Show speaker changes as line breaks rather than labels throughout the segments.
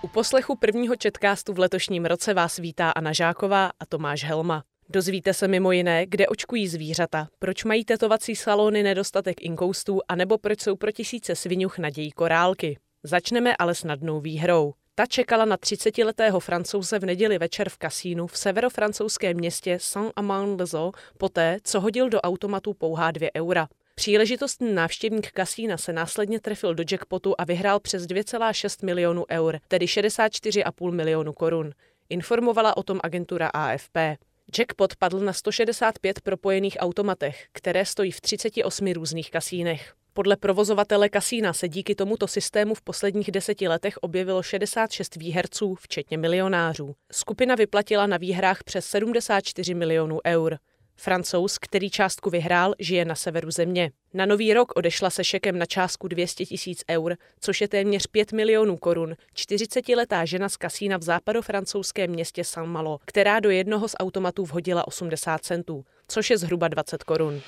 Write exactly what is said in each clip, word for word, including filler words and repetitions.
poslechu prvního Chatcastu v letošním roce vás vítá Anna Žáková a Tomáš Helma. Dozvíte se mimo jiné, kde očkují zvířata, proč mají tetovací salony nedostatek inkoustů, anebo proč jsou pro tisíce sviňuch nadějí korálky. Začneme ale snadnou výhrou. Ta čekala na třicetiletého Francouze v neděli večer v kasínu v severofrancouzském městě Saint-Amand-les-Eaux poté, co hodil do automatu pouhá dvě eura. Příležitostný návštěvník kasína se následně trefil do jackpotu a vyhrál přes dvě celá šest milionů eur, tedy šedesát čtyři celá pět milionu korun. Informovala o tom agentura A F P. Jackpot padl na sto šedesát pět propojených automatech, které stojí v třiceti osmi různých kasínech. Podle provozovatele kasína se díky tomuto systému v posledních deseti letech objevilo šedesát šest výherců, včetně milionářů. Skupina vyplatila na výhrách přes sedmdesát čtyři milionů eur. Francouz, který částku vyhrál, žije na severu země. Na nový rok odešla se šekem na částku dvě stě tisíc eur, což je téměř pět milionů korun, čtyřicetiletá žena z kasína v západofrancouzském městě Saint-Malo, která do jednoho z automatů vhodila osmdesát centů, což je zhruba dvacet korun.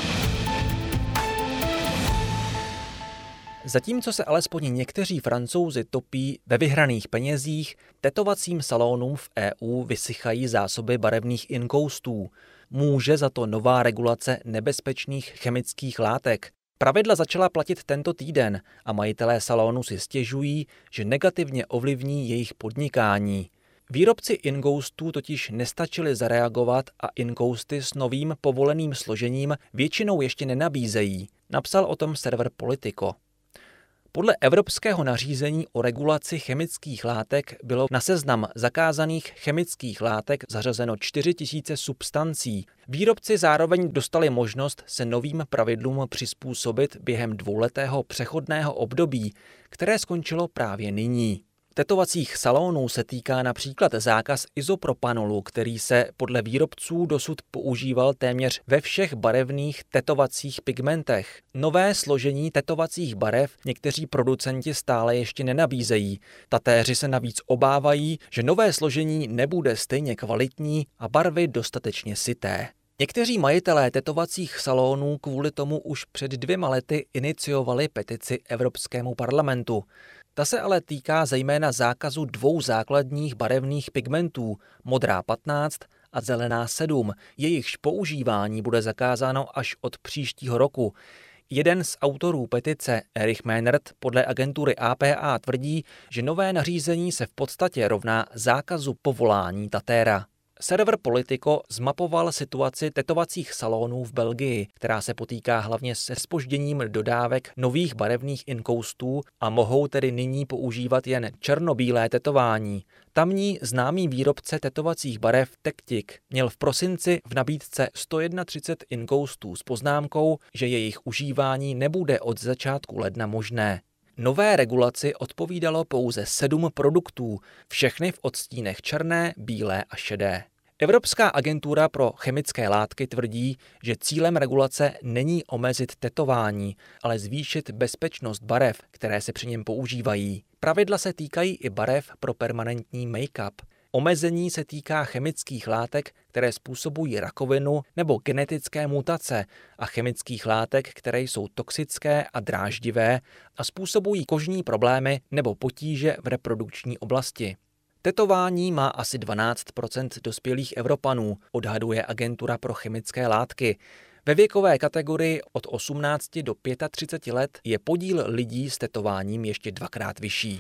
Zatímco se alespoň někteří Francouzi topí ve vyhraných penězích, tetovacím salonům v E U vysychají zásoby barevných inkoustů. Může za to nová regulace nebezpečných chemických látek. Pravidla začala platit tento týden a majitelé salonu si stěžují, že negativně ovlivní jejich podnikání. Výrobci inkoustů totiž nestačili zareagovat a inkousty s novým povoleným složením většinou ještě nenabízejí, napsal o tom server Politico. Podle evropského nařízení o regulaci chemických látek bylo na seznam zakázaných chemických látek zařazeno čtyři tisíce substancí. Výrobci zároveň dostali možnost se novým pravidlům přizpůsobit během dvouletého přechodného období, které skončilo právě nyní. Tetovacích salonů se týká například zákaz izopropanolu, který se podle výrobců dosud používal téměř ve všech barevných tetovacích pigmentech. Nové složení tetovacích barev někteří producenti stále ještě nenabízejí. Tatéři se navíc obávají, že nové složení nebude stejně kvalitní a barvy dostatečně syté. Někteří majitelé tetovacích salonů kvůli tomu už před dvěma lety iniciovali petici Evropskému parlamentu. Ta se ale týká zejména zákazu dvou základních barevných pigmentů, modrá patnáct a zelená sedm. Jejichž používání bude zakázáno až od příštího roku. Jeden z autorů petice, Erich Meinert, podle agentury A P A tvrdí, že nové nařízení se v podstatě rovná zákazu povolání tatéra. Server Politico zmapoval situaci tetovacích salonů v Belgii, která se potýká hlavně se zpožděním dodávek nových barevných inkoustů a mohou tedy nyní používat jen černobílé tetování. Tamní známý výrobce tetovacích barev Tectic měl v prosinci v nabídce sto třicet jedna inkoustů s poznámkou, že jejich užívání nebude od začátku ledna možné. Nové regulaci odpovídalo pouze sedm produktů, všechny v odstínech černé, bílé a šedé. Evropská agentura pro chemické látky tvrdí, že cílem regulace není omezit tetování, ale zvýšit bezpečnost barev, které se při něm používají. Pravidla se týkají i barev pro permanentní make-up. Omezení se týká chemických látek, které způsobují rakovinu nebo genetické mutace a chemických látek, které jsou toxické a dráždivé a způsobují kožní problémy nebo potíže v reprodukční oblasti. Tetování má asi dvanáct procent dospělých Evropanů, odhaduje agentura pro chemické látky. Ve věkové kategorii od osmnácti do třiceti pěti let je podíl lidí s tetováním ještě dvakrát vyšší.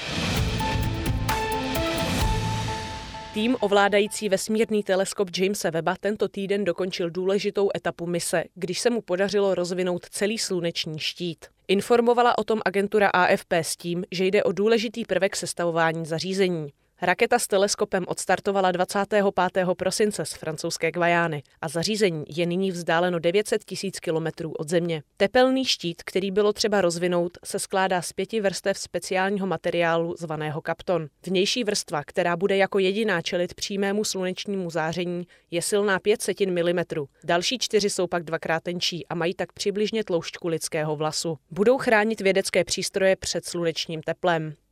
Tým ovládající vesmírný teleskop Jamese Webba tento týden dokončil důležitou etapu mise, když se mu podařilo rozvinout celý sluneční štít. Informovala o tom agentura A F P s tím, že jde o důležitý prvek sestavování zařízení. Raketa s teleskopem odstartovala dvacátého pátého prosince z francouzské Guajány a zařízení je nyní vzdáleno devět set tisíc kilometrů od Země. Tepelný štít, který bylo třeba rozvinout, se skládá z pěti vrstev speciálního materiálu zvaného kapton. Vnější vrstva, která bude jako jediná čelit přímému slunečnímu záření, je silná pět setin milimetru. Další čtyři jsou pak dvakrát tenčí a mají tak přibližně tloušťku lidského vlasu. Budou chránit vědecké přístroje před slunečním teplem.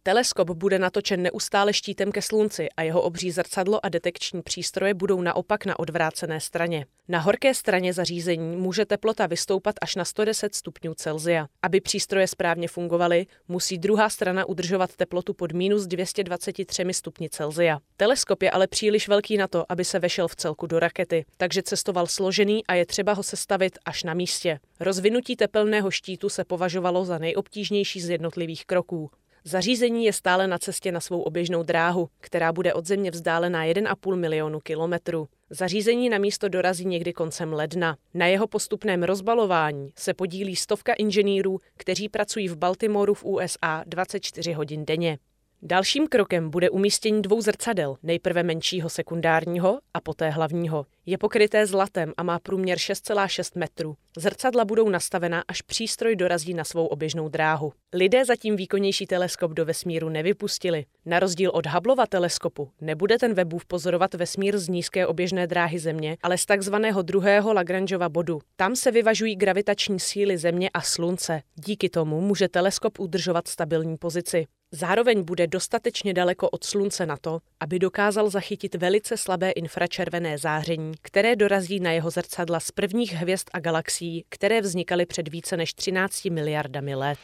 Teleskop bude natočen neustále štítem ke slunci a jeho obří zrcadlo a detekční přístroje budou naopak na odvrácené straně. Na horké straně zařízení může teplota vystoupat až na sto deset stupňů Celsia. Aby přístroje správně fungovaly, musí druhá strana udržovat teplotu pod minus dvě stě dvacet tři stupni Celsia. Teleskop je ale příliš velký na to, aby se vešel v celku do rakety, takže cestoval složený a je třeba ho sestavit až na místě. Rozvinutí tepelného štítu se považovalo za nejobtížnější z jednotlivých kroků. Zařízení je stále na cestě na svou oběžnou dráhu, která bude od Země vzdálená jeden a půl milionu kilometrů. Zařízení na místo dorazí někdy koncem ledna. Na jeho postupném rozbalování se podílí stovka inženýrů, kteří pracují v Baltimoru v U S A dvacet čtyři hodin denně. Dalším krokem bude umístění dvou zrcadel, nejprve menšího sekundárního a poté hlavního. Je pokryté zlatem a má průměr šest celá šest metru. Zrcadla budou nastavena, až přístroj dorazí na svou oběžnou dráhu. Lidé zatím výkonnější teleskop do vesmíru nevypustili. Na rozdíl od Hubbleova teleskopu nebude ten Webbův pozorovat vesmír z nízké oběžné dráhy Země, ale z takzvaného druhého Lagrangeova bodu. Tam se vyvažují gravitační síly Země a Slunce. Díky tomu může teleskop udržovat stabilní pozici. Zároveň bude dostatečně daleko od Slunce na to, aby dokázal zachytit velice slabé infračervené záření, které dorazí na jeho zrcadla z prvních hvězd a galaxií, které vznikaly před více než třinácti miliardami let.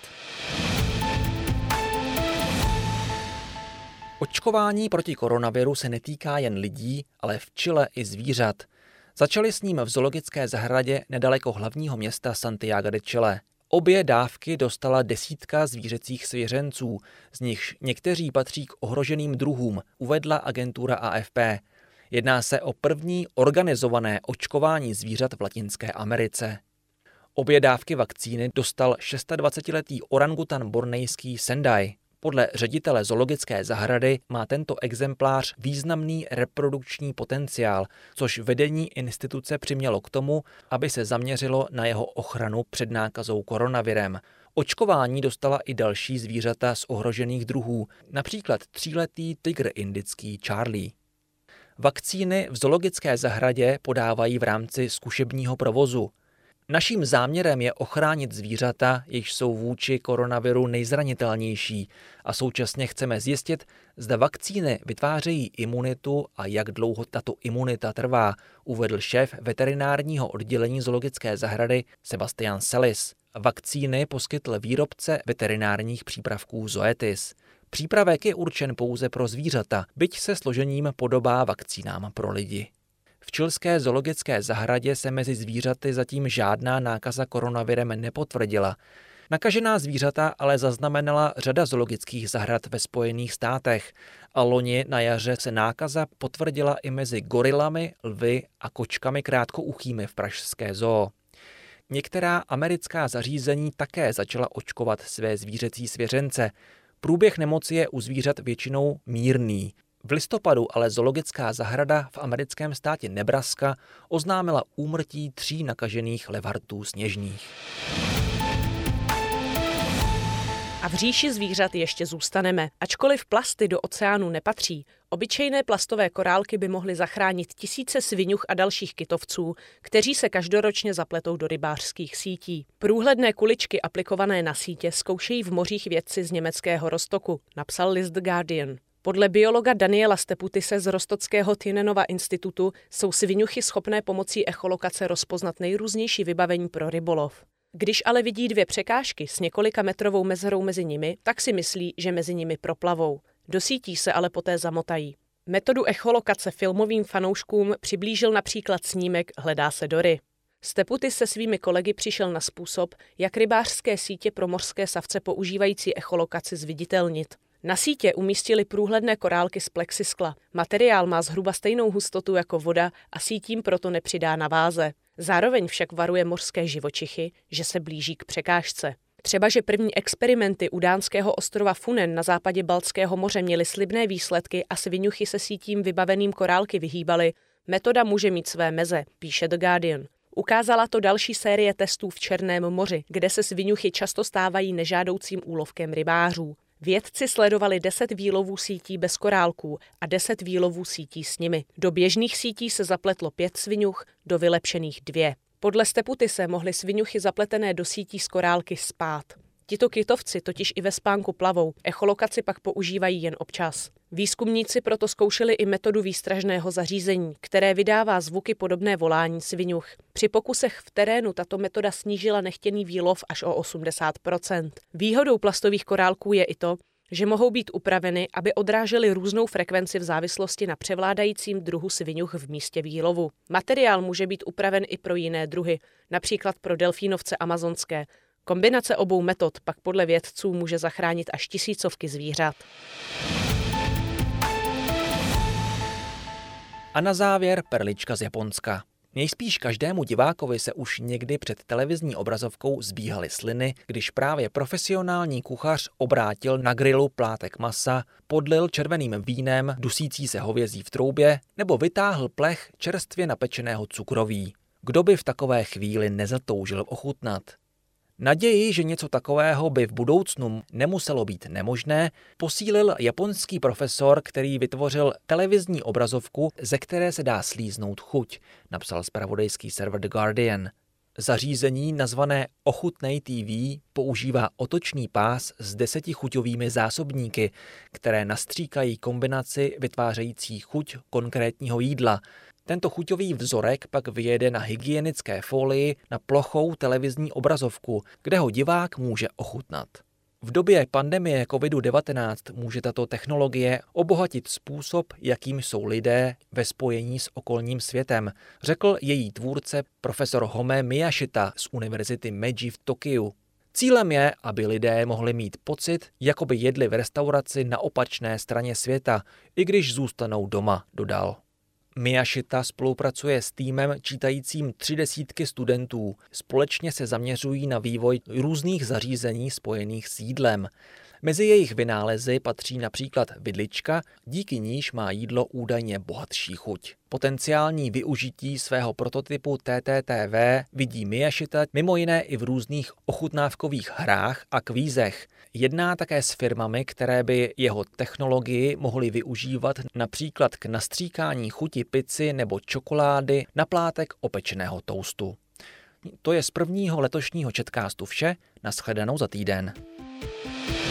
Očkování proti koronaviru se netýká jen lidí, ale v Chile i zvířat. Začali s ním v zoologické zahradě nedaleko hlavního města Santiago de Chile. Obě dávky dostala desítka zvířecích svěřenců, z nichž někteří patří k ohroženým druhům, uvedla agentura A F P. Jedná se o první organizované očkování zvířat v Latinské Americe. Obě dávky vakcíny dostal dvacetišestiletý orangutan bornejský Sendai. Podle ředitele zoologické zahrady má tento exemplář významný reprodukční potenciál, což vedení instituce přimělo k tomu, aby se zaměřilo na jeho ochranu před nákazou koronavirem. Očkování dostala i další zvířata z ohrožených druhů, například tříletý tygr indický Charlie. Vakcíny v zoologické zahradě podávají v rámci zkušebního provozu. Naším záměrem je ochránit zvířata, jež jsou vůči koronaviru nejzranitelnější, a současně chceme zjistit, zda vakcíny vytvářejí imunitu a jak dlouho tato imunita trvá, uvedl šéf veterinárního oddělení zoologické zahrady Sebastian Celis. Vakcíny poskytl výrobce veterinárních přípravků Zoetis. Přípravek je určen pouze pro zvířata, byť se složením podobá vakcínám pro lidi. V chilské zoologické zahradě se mezi zvířaty zatím žádná nákaza koronavirem nepotvrdila. Nakažená zvířata ale zaznamenala řada zoologických zahrad ve Spojených státech a loni na jaře se nákaza potvrdila i mezi gorilami, lvy a kočkami krátkouchými v pražské zoo. Některá americká zařízení také začala očkovat své zvířecí svěřence. Průběh nemoci je u zvířat většinou mírný. V listopadu ale zoologická zahrada v americkém státě Nebraska oznámila úmrtí tří nakažených levhartů sněžných.
A v říši zvířat ještě zůstaneme. Ačkoliv plasty do oceánu nepatří, obyčejné plastové korálky by mohly zachránit tisíce sviňuch a dalších kytovců, kteří se každoročně zapletou do rybářských sítí. Průhledné kuličky aplikované na sítě zkoušejí v mořích vědci z německého Rostoku, napsal list The Guardian. Podle biologa Daniela Steputise z Rostockého Tynenova institutu jsou sviňuchy schopné pomocí echolokace rozpoznat nejrůznější vybavení pro rybolov. Když ale vidí dvě překážky s několika metrovou mezerou mezi nimi, tak si myslí, že mezi nimi proplavou. Do sítí se ale poté zamotají. Metodu echolokace filmovým fanouškům přiblížil například snímek Hledá se Dory. Steputis se svými kolegy přišel na způsob, jak rybářské sítě pro mořské savce používající echolokaci zviditelnit. Na sítě umístili průhledné korálky z plexiskla. Materiál má zhruba stejnou hustotu jako voda a sítím proto nepřidá na váze. Zároveň však varuje mořské živočichy, že se blíží k překážce. Třeba, že první experimenty u dánského ostrova Funen na západě Baltského moře měly slibné výsledky a sviňuchy se sítím vybaveným korálky vyhýbaly, metoda může mít své meze, píše The Guardian. Ukázala to další série testů v Černém moři, kde se sviňuchy často stávají nežádoucím úlovkem rybářů. Vědci sledovali deset výlovů sítí bez korálků a deset výlovů sítí s nimi. Do běžných sítí se zapletlo pět sviňuch, do vylepšených dvě. Podle Steputise mohly sviňuchy zapletené do sítí z korálky spát. Tito kytovci totiž i ve spánku plavou, echolokaci pak používají jen občas. Výzkumníci proto zkoušeli i metodu výstražného zařízení, které vydává zvuky podobné volání sviňuch. Při pokusech v terénu tato metoda snížila nechtěný výlov až o osmdesát procent. Výhodou plastových korálků je i to, že mohou být upraveny, aby odrážely různou frekvenci v závislosti na převládajícím druhu sviňuch v místě výlovu. Materiál může být upraven i pro jiné druhy, například pro delfínovce amazonské. Kombinace obou metod pak podle vědců může zachránit až tisícovky zvířat.
A na závěr perlička z Japonska. Nejspíš každému divákovi se už někdy před televizní obrazovkou zbíhaly sliny, když právě profesionální kuchař obrátil na grilu plátek masa, podlil červeným vínem dusící se hovězí v troubě nebo vytáhl plech čerstvě napečeného cukroví. Kdo by v takové chvíli nezatoužil ochutnat? Naději, že něco takového by v budoucnu nemuselo být nemožné, posílil japonský profesor, který vytvořil televizní obrazovku, ze které se dá slíznout chuť, napsal zpravodajský server The Guardian. Zařízení nazvané Ochutnej T V používá otočný pás s deseti chuťovými zásobníky, které nastříkají kombinaci vytvářející chuť konkrétního jídla. Tento chuťový vzorek pak vyjede na hygienické folii na plochou televizní obrazovku, kde ho divák může ochutnat. V době pandemie kovid devatenáct může tato technologie obohatit způsob, jakým jsou lidé ve spojení s okolním světem, řekl její tvůrce profesor Home Miyashita z univerzity Meiji v Tokiu. Cílem je, aby lidé mohli mít pocit, jako by jedli v restauraci na opačné straně světa, i když zůstanou doma, dodal. Miyashita spolupracuje s týmem čítajícím tři desítky studentů. Společně se zaměřují na vývoj různých zařízení spojených s jídlem. Mezi jejich vynálezy patří například vidlička, díky níž má jídlo údajně bohatší chuť. Potenciální využití svého prototypu T T T V vidí Miyashita mimo jiné i v různých ochutnávkových hrách a kvízech. Jedná také s firmami, které by jeho technologii mohly využívat například k nastříkání chuti pici nebo čokolády na plátek opečeného toustu. To je z prvního letošního Chatcastu vše, nashledanou za týden.